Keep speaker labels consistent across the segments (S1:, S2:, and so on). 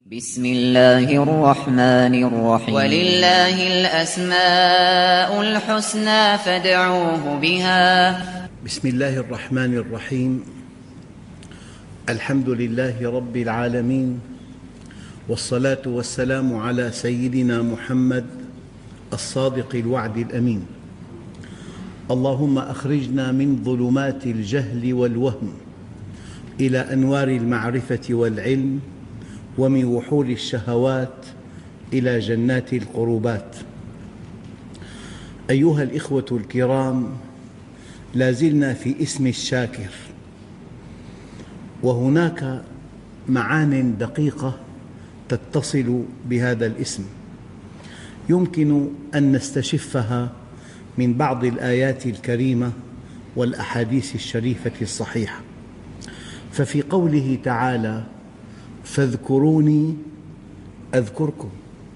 S1: بسم الله الرحمن الرحيم ولله الأسماء الحسنى فادعوه بها.
S2: بسم الله الرحمن الرحيم. الحمد لله رب العالمين، والصلاة والسلام على سيدنا محمد الصادق الوعد الأمين. اللهم أخرجنا من ظلمات الجهل والوهم إلى أنوار المعرفة والعلم، ومن وحول الشهوات إلى جنات القربات. أيها الإخوة الكرام، لا زلنا في اسم الشاكر، وهناك معان دقيقة تتصل بهذا الاسم يمكن أن نستشفها من بعض الآيات الكريمة والأحاديث الشريفة الصحيحة. ففي قوله تعالى: فاذكروني أذكركم،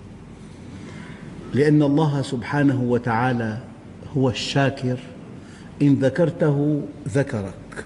S2: لأن الله سبحانه وتعالى هو الشاكر، إن ذكرته ذكرك.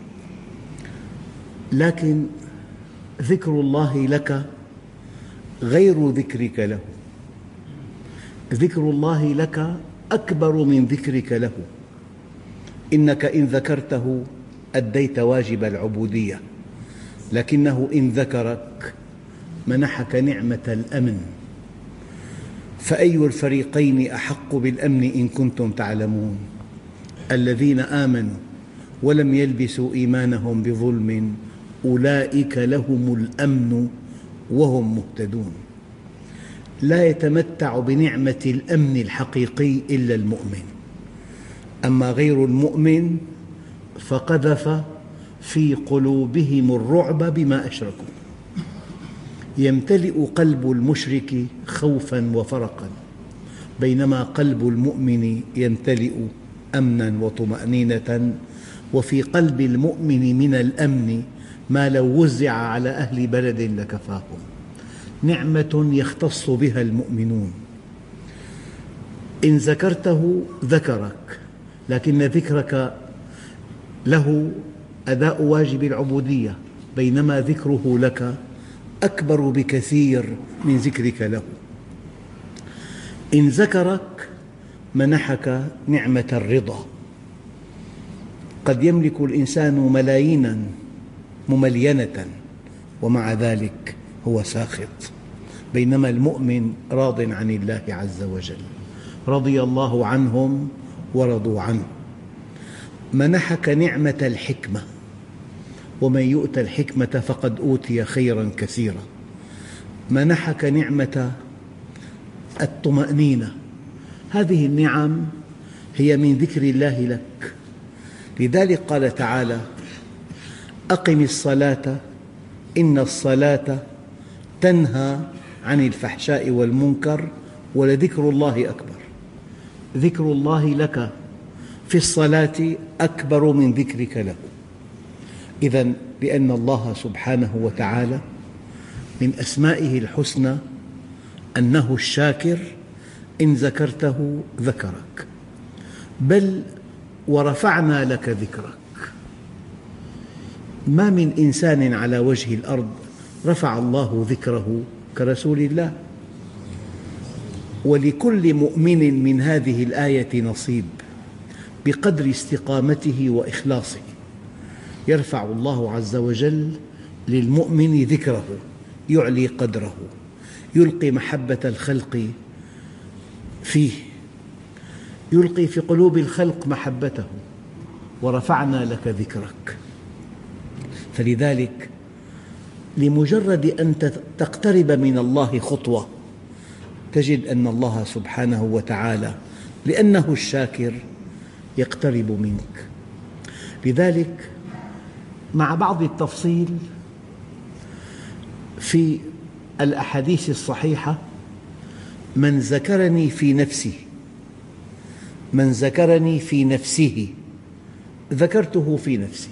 S2: لكن ذكر الله لك غير ذكرك له، ذكر الله لك أكبر من ذكرك له. إنك إن ذكرته أديت واجب العبودية، لكنه إن ذكرك منحك نعمة الأمن. فأي الفريقين أحق بالأمن إن كنتم تعلمون؟ الذين آمنوا ولم يلبسوا إيمانهم بظلم أولئك لهم الأمن وهم مهتدون. لا يتمتع بنعمة الأمن الحقيقي إلا المؤمن، أما غير المؤمن فقذف في قلوبهم الرعب بما أشركوا. يمتلئ قلب المشرك خوفاً وفرقاً، بينما قلب المؤمن يمتلئ أمناً وطمأنينة. وفي قلب المؤمن من الأمن ما لو وزع على أهل بلد لكفاهم. نعمة يختص بها المؤمنون. إن ذكرته ذكرك، لكن ذكرك له أداء واجب العبودية، بينما ذكره لك أكبر بكثير من ذكرك له. إن ذكرك منحك نعمة الرضا. قد يملك الإنسان ملايينا مملينة ومع ذلك هو ساخط، بينما المؤمن راض عن الله عز وجل. رضي الله عنهم ورضوا عنه. منحك نعمة الحكمة، ومن يؤت الحكمة فقد أوتي خيراً كثيراً. منحك نعمة الطمأنينة. هذه النعم هي من ذكر الله لك. لذلك قال تعالى: أقم الصلاة إن الصلاة تنهى عن الفحشاء والمنكر ولذكر الله أكبر. ذكر الله لك في الصلاة أكبر من ذكرك له. إذن لأن الله سبحانه وتعالى من أسمائه الحسنى أنه الشاكر، إن ذكرته ذكرك، بل ورفعنا لك ذكرك. ما من إنسان على وجه الأرض رفع الله ذكره كرسول الله. ولكل مؤمن من هذه الآية نصيب بقدر استقامته وإخلاصه. يرفع الله عز وجل للمؤمن ذكره، يعلي قدره، يلقي محبة الخلق فيه، يلقي في قلوب الخلق محبته. ورفعنا لك ذكرك. فلذلك لمجرد أن تقترب من الله خطوة تجد أن الله سبحانه وتعالى لأنه الشاكر يقترب منك. لذلك مع بعض التفصيل في الأحاديث الصحيحة: من ذكرني في نفسه، من ذكرني في نفسه ذكرته في نفسي،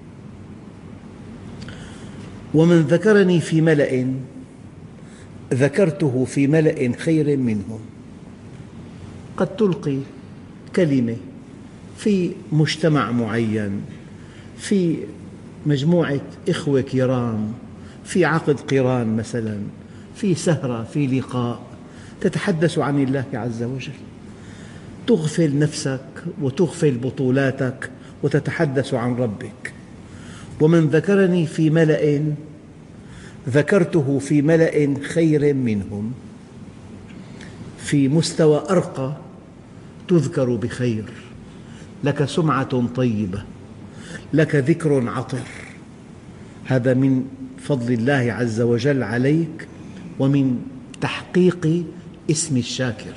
S2: ومن ذكرني في ملأ ذكرته في ملأ خير منهم. قد تلقي كلمة في مجتمع معين، في مجموعة إخوة كرام، في عقد قران مثلا، في سهرة، في لقاء، تتحدث عن الله عز وجل، تغفل نفسك وتغفل بطولاتك وتتحدث عن ربك. ومن ذكرني في ملأ ذكرته في ملأ خير منهم، في مستوى أرقى تذكر بخير، لك سمعة طيبة، لك ذكر عطر. هذا من فضل الله عز وجل عليك ومن تحقيق اسم الشاكر.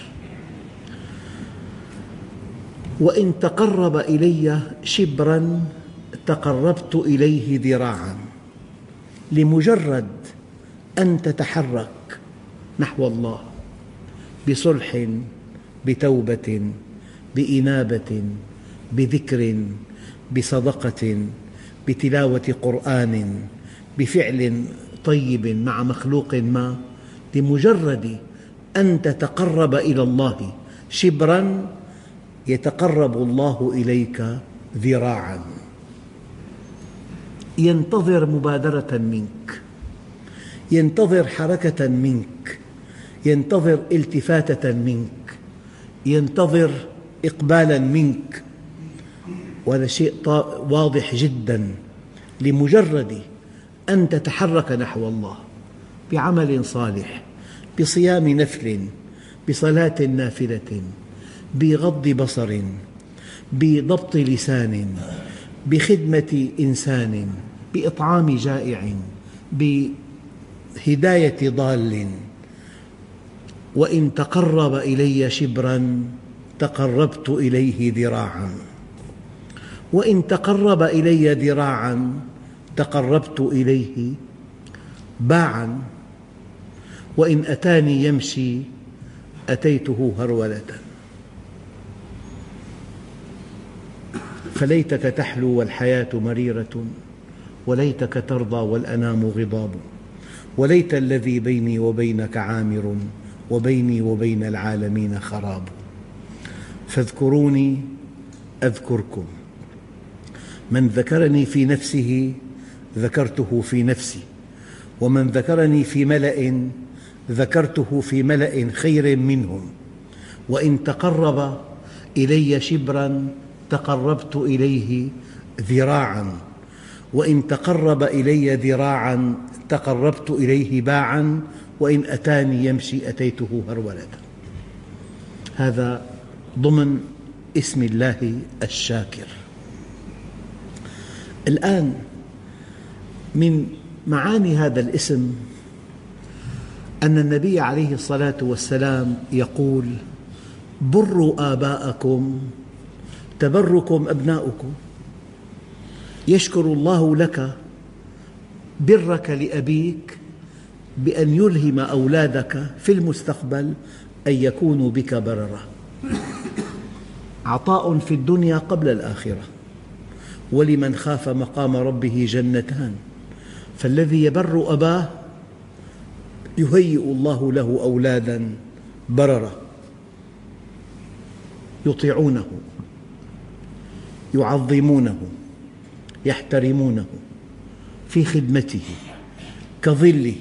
S2: وإن تقرب إلي شبرا تقربت إليه ذراعا. لمجرد أن تتحرك نحو الله بصلح، بتوبة، بإنابة، بذكر، بصدقة، بتلاوة قرآن، بفعل طيب مع مخلوق ما، لمجرد أن تتقرب إلى الله شبراً يتقرب الله إليك ذراعاً. ينتظر مبادرة منك، ينتظر حركة منك، ينتظر التفاتة منك، ينتظر إقبالاً منك. وهذا شيء واضح جداً. لمجرد أن تتحرك نحو الله بعمل صالح، بصيام نفل، بصلاة نافلة، بغض بصر، بضبط لسان، بخدمة إنسان، بإطعام جائع، بهداية ضال. وإن تقرب إلي شبراً تقربت إليه ذراعاً، وإن تقرب إلي ذراعاً تقربت إليه باعاً، وإن أتاني يمشي أتيته هرولة. فليتك تحلو والحياة مريرة، وليتك ترضى والأنام غضاب، وليت الذي بيني وبينك عامر، وبيني وبين العالمين خراب. فاذكروني أذكركم. من ذكرني في نفسه ذكرته في نفسي، ومن ذكرني في ملأ ذكرته في ملأ خير منهم. وإن تقرب إلي شبراً تقربت إليه ذراعاً، وإن تقرب إلي ذراعاً تقربت إليه باعاً، وإن أتاني يمشي أتيته هرولة. هذا ضمن اسم الله الشاكر. الآن من معاني هذا الاسم أن النبي عليه الصلاة والسلام يقول: بروا آباءكم تبركم أبناؤكم. يشكر الله لك برك لأبيك بأن يلهم أولادك في المستقبل أن يكونوا بك بررة. عطاء في الدنيا قبل الآخرة. ولمن خاف مقام ربه جنتان. فالذي يبر أباه يهيئ الله له أولادا بررة يطيعونه، يعظمونه، يحترمونه، في خدمته كظله.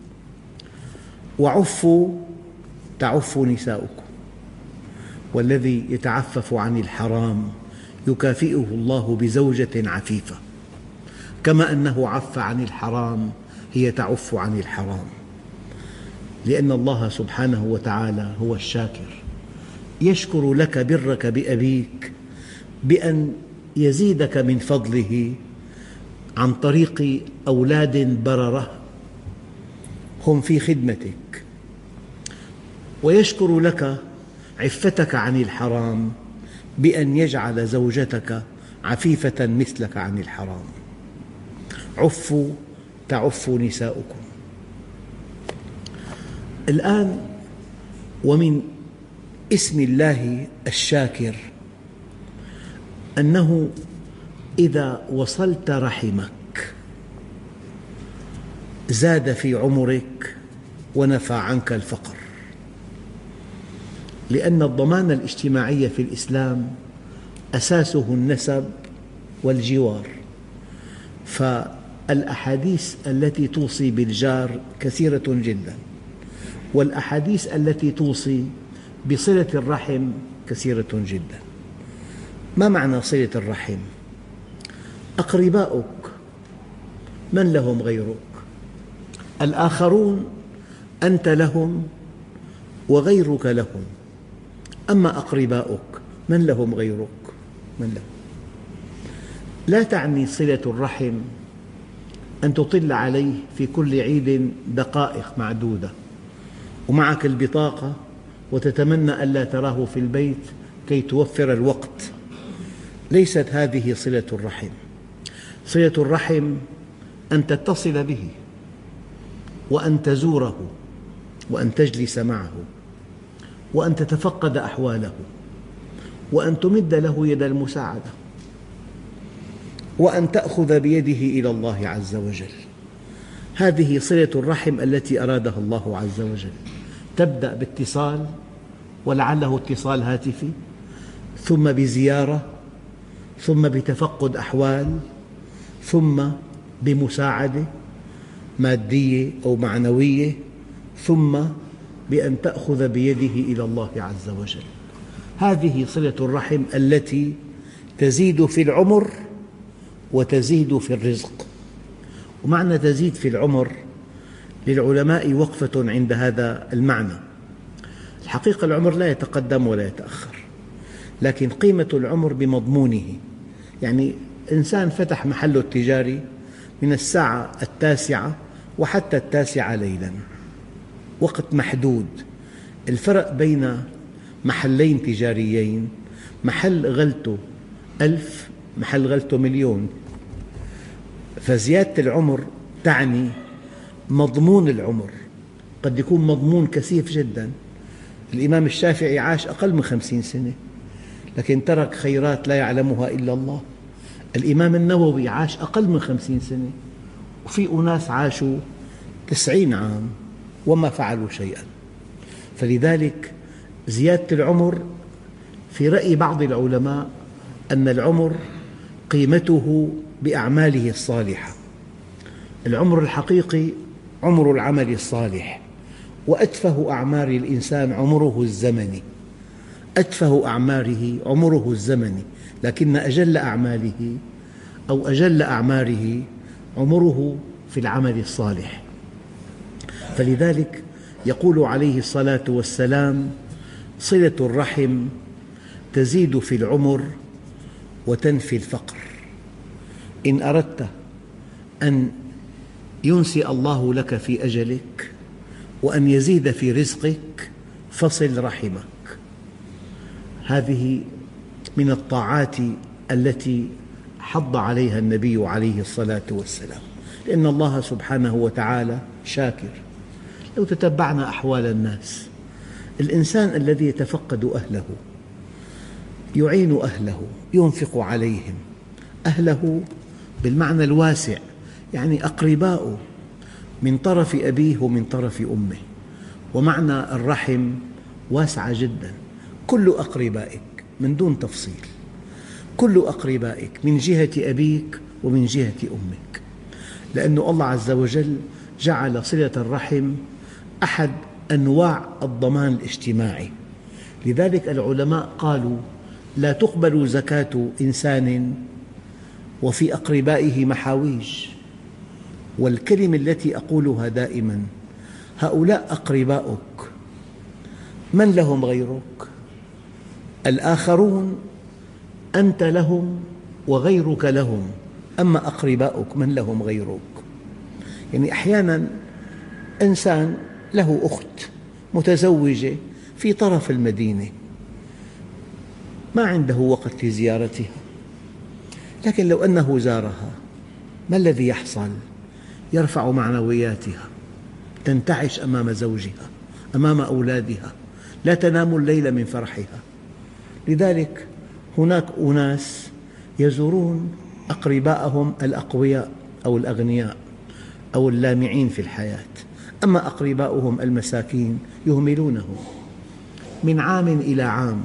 S2: وعفوا تعف نساؤكم. والذي يتعفف عن الحرام يكافئه الله بزوجة عفيفة، كما أنه عف عن الحرام هي تعف عن الحرام. لأن الله سبحانه وتعالى هو الشاكر، يشكر لك برك بأبيك بأن يزيدك من فضله عن طريق أولاد بررة هم في خدمتك، ويشكر لك عفتك عن الحرام بأن يجعل زوجتك عفيفة مثلك عن الحرام. عفوا تعف نساؤكم. الآن ومن اسم الله الشاكر أنه إذا وصلت رحمك زاد في عمرك ونفى عنك الفقر. لأن الضمان الاجتماعي في الإسلام أساسه النسب والجوار، الأحاديث التي توصي بالجار كثيرة جدا، والأحاديث التي توصي بصلة الرحم كثيرة جدا. ما معنى صلة الرحم؟ أقرباؤك من لهم غيرك؟ الآخرون أنت لهم وغيرك لهم، أما أقرباؤك من لهم غيرك؟ من لهم. لا تعني صلة الرحم أن تطل عليه في كل عيد دقائق معدودة ومعك البطاقة وتتمنى ألا تراه في البيت كي توفر الوقت. ليست هذه صلة الرحم. صلة الرحم أن تتصل به، وأن تزوره، وأن تجلس معه، وأن تتفقد أحواله، وأن تمد له يد المساعدة، وأن تأخذ بيده إلى الله عز وجل. هذه صلة الرحم التي أرادها الله عز وجل. تبدأ باتصال، ولعله اتصال هاتفي، ثم بزيارة، ثم بتفقد أحوال، ثم بمساعدة مادية أو معنوية، ثم بأن تأخذ بيده إلى الله عز وجل. هذه صلة الرحم التي تزيد في العمر وتزيد في الرزق. ومعنى تزيد في العمر للعلماء وقفة عند هذا المعنى. الحقيقة العمر لا يتقدم ولا يتأخر، لكن قيمة العمر بمضمونه. يعني إنسان فتح محله التجاري من الساعة 9 وحتى 9 ليلاً، وقت محدود. الفرق بين محلين تجاريين، محل غلته 1000 محل غلته 1,000,000. فزيادة العمر تعني مضمون العمر. قد يكون مضمون كثيف جدا. الإمام الشافعي عاش أقل من 50 سنة، لكن ترك خيرات لا يعلمها إلا الله. الإمام النووي عاش أقل من 50 سنة، وفي أناس عاشوا 90 عام وما فعلوا شيئا. فلذلك زيادة العمر في رأي بعض العلماء أن العمر قيمته بأعماله الصالحة. العمر الحقيقي عمر العمل الصالح، وأتفه أعمار الإنسان عمره الزمني. أتفه أعماره عمره الزمني، لكن أجل أعماله أو أجل أعماره عمره في العمل الصالح. فلذلك يقول عليه الصلاة والسلام: صلة الرحم تزيد في العمر وتنفي الفقر. إن أردت أن ينسي الله لك في أجلك وأن يزيد في رزقك فصل رحمك. هذه من الطاعات التي حض عليها النبي عليه الصلاة والسلام، لأن الله سبحانه وتعالى شاكر. لو تتبعنا أحوال الناس، الإنسان الذي يتفقد أهله، يعين أهله، ينفق عليهم، أهله بالمعنى الواسع، يعني أقرباؤه من طرف أبيه ومن طرف أمه. ومعنى الرحم واسعة جدا. كل أقربائك من دون تفصيل، كل أقربائك من جهة أبيك ومن جهة أمك، لأن الله عز وجل جعل صلة الرحم أحد أنواع الضمان الاجتماعي. لذلك العلماء قالوا: لا تقبل زكاة إنسان وفي أقربائه محاويج. والكلمة التي أقولها دائما: هؤلاء أقرباؤك من لهم غيرك؟ الآخرون أنت لهم وغيرك لهم، أما أقرباؤك من لهم غيرك. يعني أحيانا إنسان له أخت متزوجة في طرف المدينة، ما عنده وقت لزيارتها، لكن لو أنه زارها ما الذي يحصل؟ يرفع معنوياتها، تنتعش أمام زوجها، أمام أولادها، لا تنام الليل من فرحها. لذلك هناك أناس يزورون أقرباءهم الأقوياء أو الأغنياء أو اللامعين في الحياة، أما أقرباؤهم المساكين يهملونهم من عام إلى عام.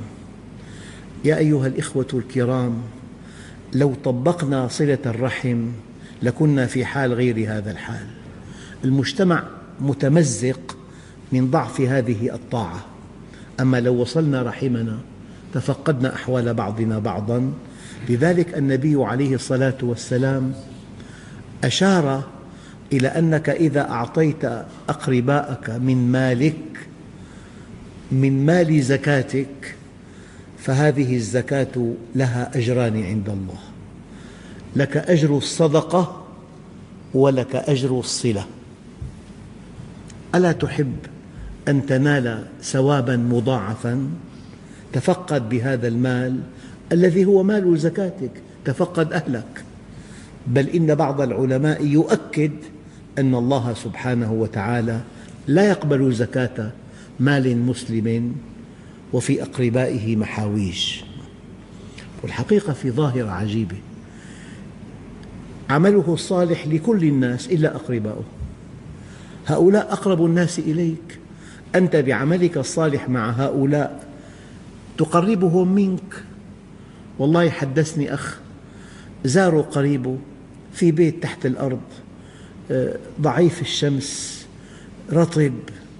S2: يا أيها الإخوة الكرام، لو طبقنا صلة الرحم لكنا في حال غير هذا الحال. المجتمع متمزق من ضعف هذه الطاعة. أما لو وصلنا رحمنا تفقدنا أحوال بعضنا بعضا. لذلك النبي عليه الصلاة والسلام أشار إلى أنك إذا أعطيت أقرباءك من مالك، من مال زكاتك، فهذه الزكاة لها أجران عند الله، لك أجر الصدقة ولك أجر الصلة. ألا تحب أن تنال ثوابا مضاعفا؟ تفقد بهذا المال الذي هو مال زكاتك، تفقد أهلك. بل إن بعض العلماء يؤكد أن الله سبحانه وتعالى لا يقبل زكاة مال مسلم وفي أقربائه محاويج. والحقيقة في ظاهرة عجيبة، عمله الصالح لكل الناس إلا أقربائه. هؤلاء أقرب الناس إليك، أنت بعملك الصالح مع هؤلاء تقربهم منك. والله حدثني أخ زاروا قريبه في بيت تحت الأرض، ضعيف الشمس، رطب،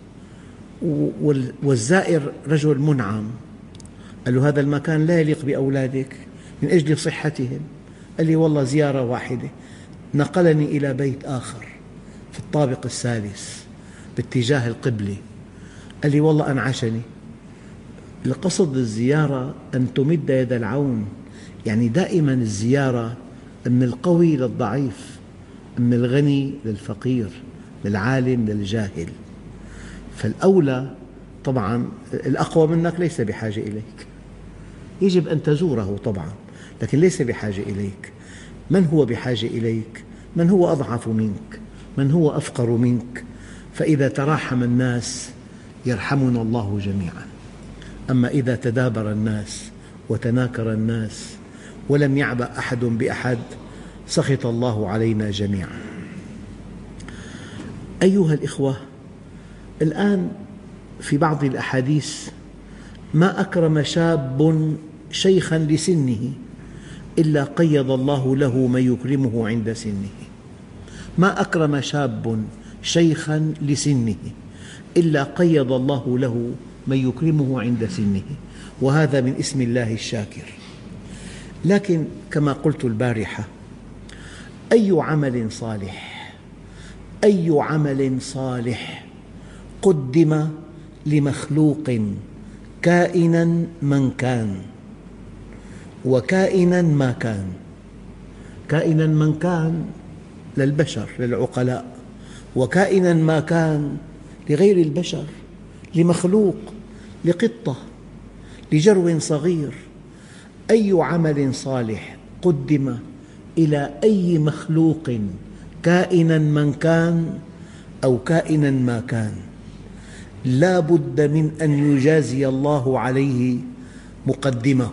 S2: والزائر رجل منعم. قال له: هذا المكان لا يليق بأولادك من أجل صحتهم. قال لي: والله زيارة واحدة. نقلني إلى بيت آخر في الطابق الثالث باتجاه القبلة. قال لي: والله أنعشني. القصد الزيارة أن تمد يد العون، يعني دائما الزيارة من القوي للضعيف، من الغني للفقير، للعالم للجاهل. فالأولى طبعا الأقوى منك ليس بحاجة إليك، يجب أن تزوره طبعا، لكن ليس بحاجة إليك. من هو بحاجة إليك؟ من هو أضعف منك، من هو أفقر منك. فإذا تراحم الناس يرحمنا الله جميعا. أما إذا تدابر الناس وتناكر الناس ولم يعبأ أحد بأحد سخط الله علينا جميعا. أيها الإخوة، الآن في بعض الأحاديث: ما أكرم شاب شيخا لسنه إلا قيض الله له من يكرمه عند سنه. ما أكرم شاب شيخا لسنه إلا قيض الله له من يكرمه عند سنه، وهذا من اسم الله الشاكر. لكن كما قلت البارحة، أي عمل صالح قدم لمخلوق كائنا من كان وكائنا ما كان. كائنا من كان للبشر للعقلاء، وكائنا ما كان لغير البشر، لمخلوق، لقطة، لجرو صغير. أي عمل صالح قدم إلى أي مخلوق كائنا من كان أو كائنا ما كان، لا بد من أن يجازي الله عليه مقدمه،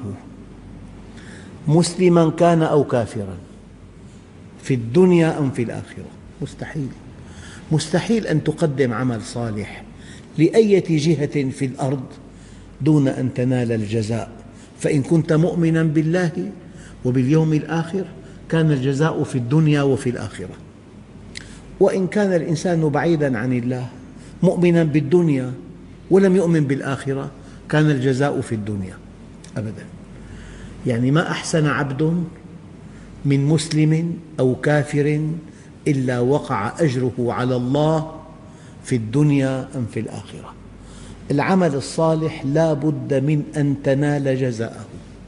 S2: مسلما كان أو كافرا، في الدنيا أم في الآخرة. مستحيل أن تقدم عمل صالح لأية جهة في الأرض دون أن تنال الجزاء. فإن كنت مؤمنا بالله وباليوم الآخر كان الجزاء في الدنيا وفي الآخرة. وإن كان الإنسان بعيدا عن الله مؤمنا بالدنيا ولم يؤمن بالآخرة كان الجزاء في الدنيا أبدا. يعني ما أحسن عبد من مسلم أو كافر إلا وقع أجره على الله في الدنيا أم في الآخرة. العمل الصالح لا بد من أن تنال جزاءه.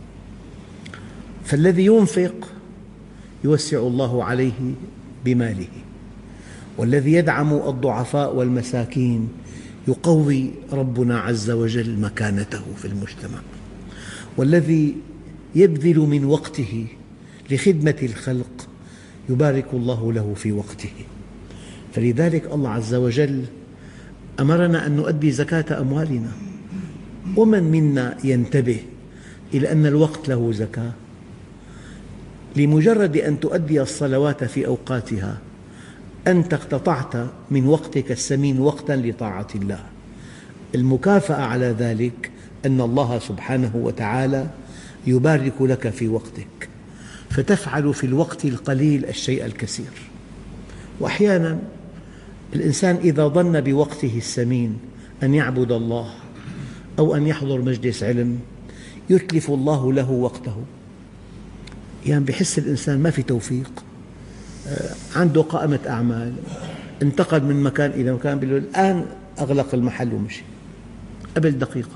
S2: فالذي ينفق يوسع الله عليه بماله، والذي يدعم الضعفاء والمساكين يقوي ربنا عز وجل مكانته في المجتمع، والذي يبذل من وقته لخدمة الخلق يبارك الله له في وقته. فلذلك الله عز وجل أمرنا أن نؤدي زكاة أموالنا. ومن منا ينتبه إلى أن الوقت له زكاة؟ لمجرد أن تؤدي الصلوات في أوقاتها أنت اقتطعت من وقتك الثمين وقتا لطاعة الله. المكافأة على ذلك أن الله سبحانه وتعالى يبارك لك في وقتك. فتفعل في الوقت القليل الشيء الكثير. وأحيانا الإنسان إذا ظن بوقته الثمين أن يعبد الله أو أن يحضر مجلس علم يتلف الله له وقته. يعني بحس الإنسان ما في توفيق، عنده قائمة أعمال، انتقل من مكان إلى مكان، بيقول الآن أغلق المحل ومشي قبل دقيقة.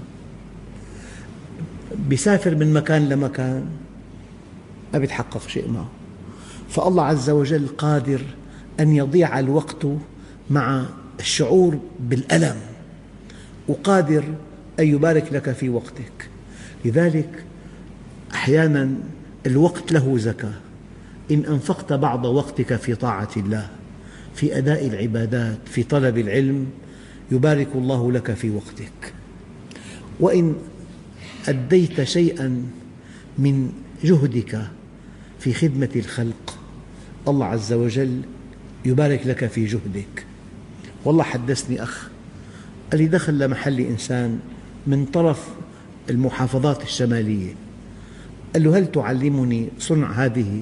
S2: بيسافر من مكان لمكان ما بيتحقق شيء معه. فالله عز وجل قادر أن يضيع الوقت مع الشعور بالألم، وقادر أن يبارك لك في وقتك. لذلك أحيانا الوقت له زكاة. إن أنفقت بعض وقتك في طاعة الله، في أداء العبادات، في طلب العلم، يبارك الله لك في وقتك. وإن أديت شيئا من جهدك في خدمة الخلق، الله عز وجل يبارك لك في جهدك. والله حدثني أخ قال لي دخل لمحل إنسان من طرف المحافظات الشمالية، قال له هل تعلمني صنع هذه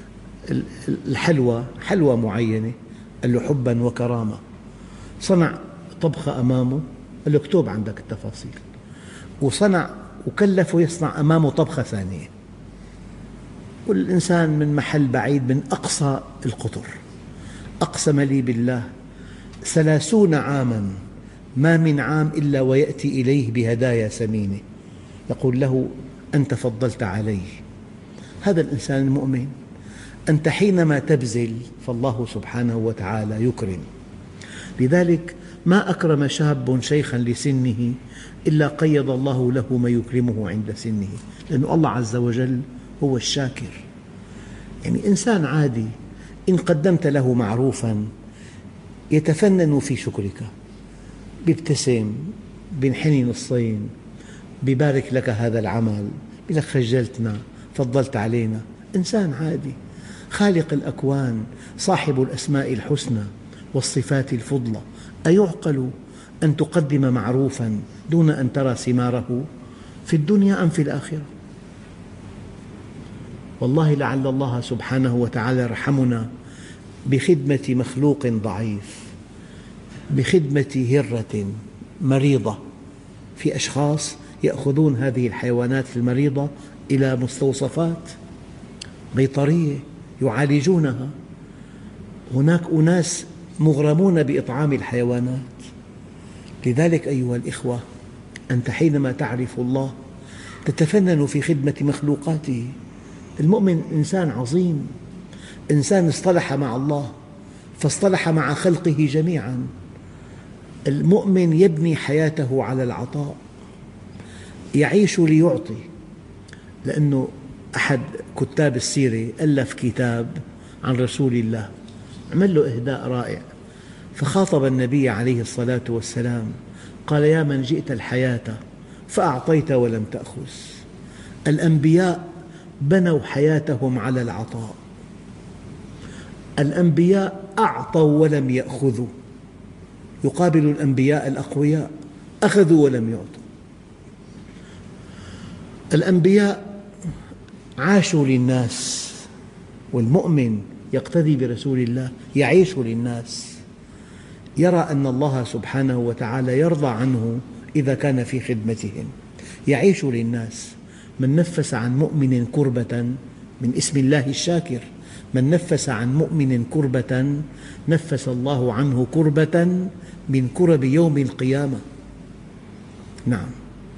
S2: الحلوى، حلوى معينة؟ قال له حبا وكرامة. صنع طبخة أمامه، قال له اكتب عندك التفاصيل، وصنع وكلفه يصنع أمامه طبخة ثانية. والإنسان من محل بعيد من أقصى القطر أقسم لي بالله 30 عاما ما من عام إلا ويأتي إليه بهدايا ثمينة، يقول له أنت فضلت علي. هذا الإنسان المؤمن. أنت حينما تبذل فالله سبحانه وتعالى يكرم. لذلك ما أكرم شاب شيخا لسنه إلا قيض الله له ما يكرمه عند سنه، لأن الله عز وجل هو الشاكر. يعني إنسان عادي إن قدمت له معروفا يتفنن في شكرك، بيبتسم، بينحني نصين، بيبارك لك هذا العمل، بيقول لك خجلتنا، فضلت علينا. إنسان عادي. خالق الأكوان صاحب الأسماء الحسنى والصفات الفضلى، أيعقل أن تقدم معروفا دون أن ترى ثماره في الدنيا أم في الآخرة؟ والله لعل الله سبحانه وتعالى يرحمنا بخدمة مخلوق ضعيف، بخدمة هرة مريضة. في أشخاص يأخذون هذه الحيوانات المريضة إلى مستوصفات بيطرية يعالجونها. هناك أناس مغرمون بإطعام الحيوانات. لذلك أيها الإخوة، أنت حينما تعرف الله تتفنن في خدمة مخلوقاته. المؤمن إنسان عظيم، إنسان اصطلح مع الله فاصطلح مع خلقه جميعا. المؤمن يبني حياته على العطاء، يعيش ليعطي. لأنه أحد كتاب السيرة ألف كتاب عن رسول الله، عمل له إهداء رائع، فخاطب النبي عليه الصلاة والسلام قال يا من جئت الحياة فأعطيت ولم تأخذ. الأنبياء بنوا حياتهم على العطاء، الأنبياء أعطوا ولم يأخذوا، يقابل الأنبياء الأقوياء أخذوا ولم يعطوا. الأنبياء عاشوا للناس، والمؤمن يقتدي برسول الله يعيش للناس، يرى أن الله سبحانه وتعالى يرضى عنه إذا كان في خدمتهم، يعيش للناس. من نفس عن مؤمن كربة، من اسم الله الشاكر، من نفس عن مؤمن كربة نفس الله عنه كربة من كرب يوم القيامة. نعم،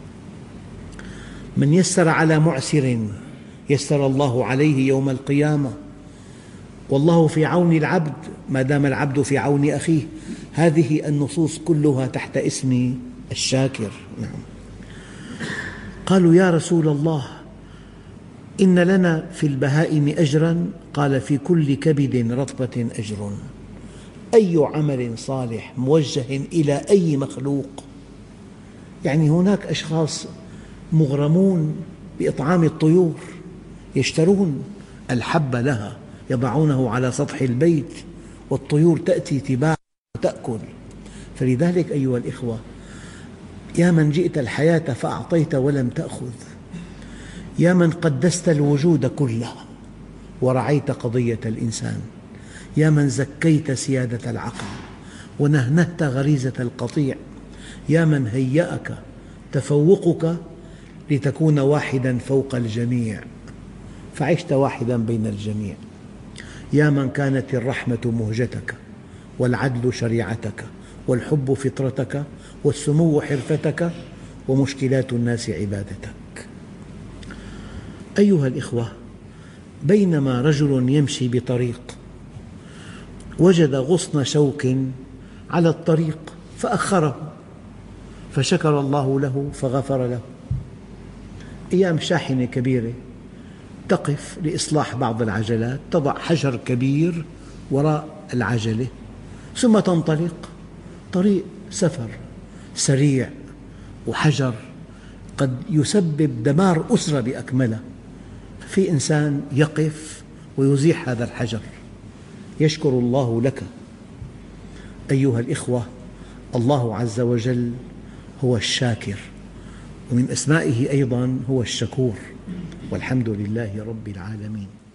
S2: من يسر على معسر يسر الله عليه يوم القيامة. والله في عون العبد ما دام العبد في عون أخيه. هذه النصوص كلها تحت اسم الشاكر. نعم. قالوا يا رسول الله إن لنا في البهائم أجرا؟ قال في كل كبد رطبة أجر. أي عمل صالح موجه إلى أي مخلوق. يعني هناك أشخاص مغرمون بإطعام الطيور، يشترون الحب لها يضعونه على سطح البيت والطيور تأتي تباع وتأكل. فلذلك أيها الإخوة، يا من جئت الحياة فأعطيت ولم تأخذ، يا من قدست الوجود كله ورعيت قضية الإنسان، يا من زكيت سيادة العقل ونهنهت غريزة القطيع، يا من هيأك تفوقك لتكون واحدا فوق الجميع فعشت واحدا بين الجميع، يا من كانت الرحمة مهجتك والعدل شريعتك والحب فطرتك والسمو حرفتك ومشكلات الناس عبادتك. أيها الإخوة، بينما رجل يمشي بطريق وجد غصن شوك على الطريق فأخره، فشكر الله له فغفر له. أيام شاحنة كبيرة تقف لإصلاح بعض العجلات، تضع حجر كبير وراء العجلة ثم تنطلق. طريق سفر سريع وحجر قد يسبب دمار أسرة بأكملها، في إنسان يقف ويزيح هذا الحجر. يشكر الله لك. أيها الإخوة، الله عز وجل هو الشاكر، ومن أسمائه أيضا هو الشكور، والحمد لله رب العالمين.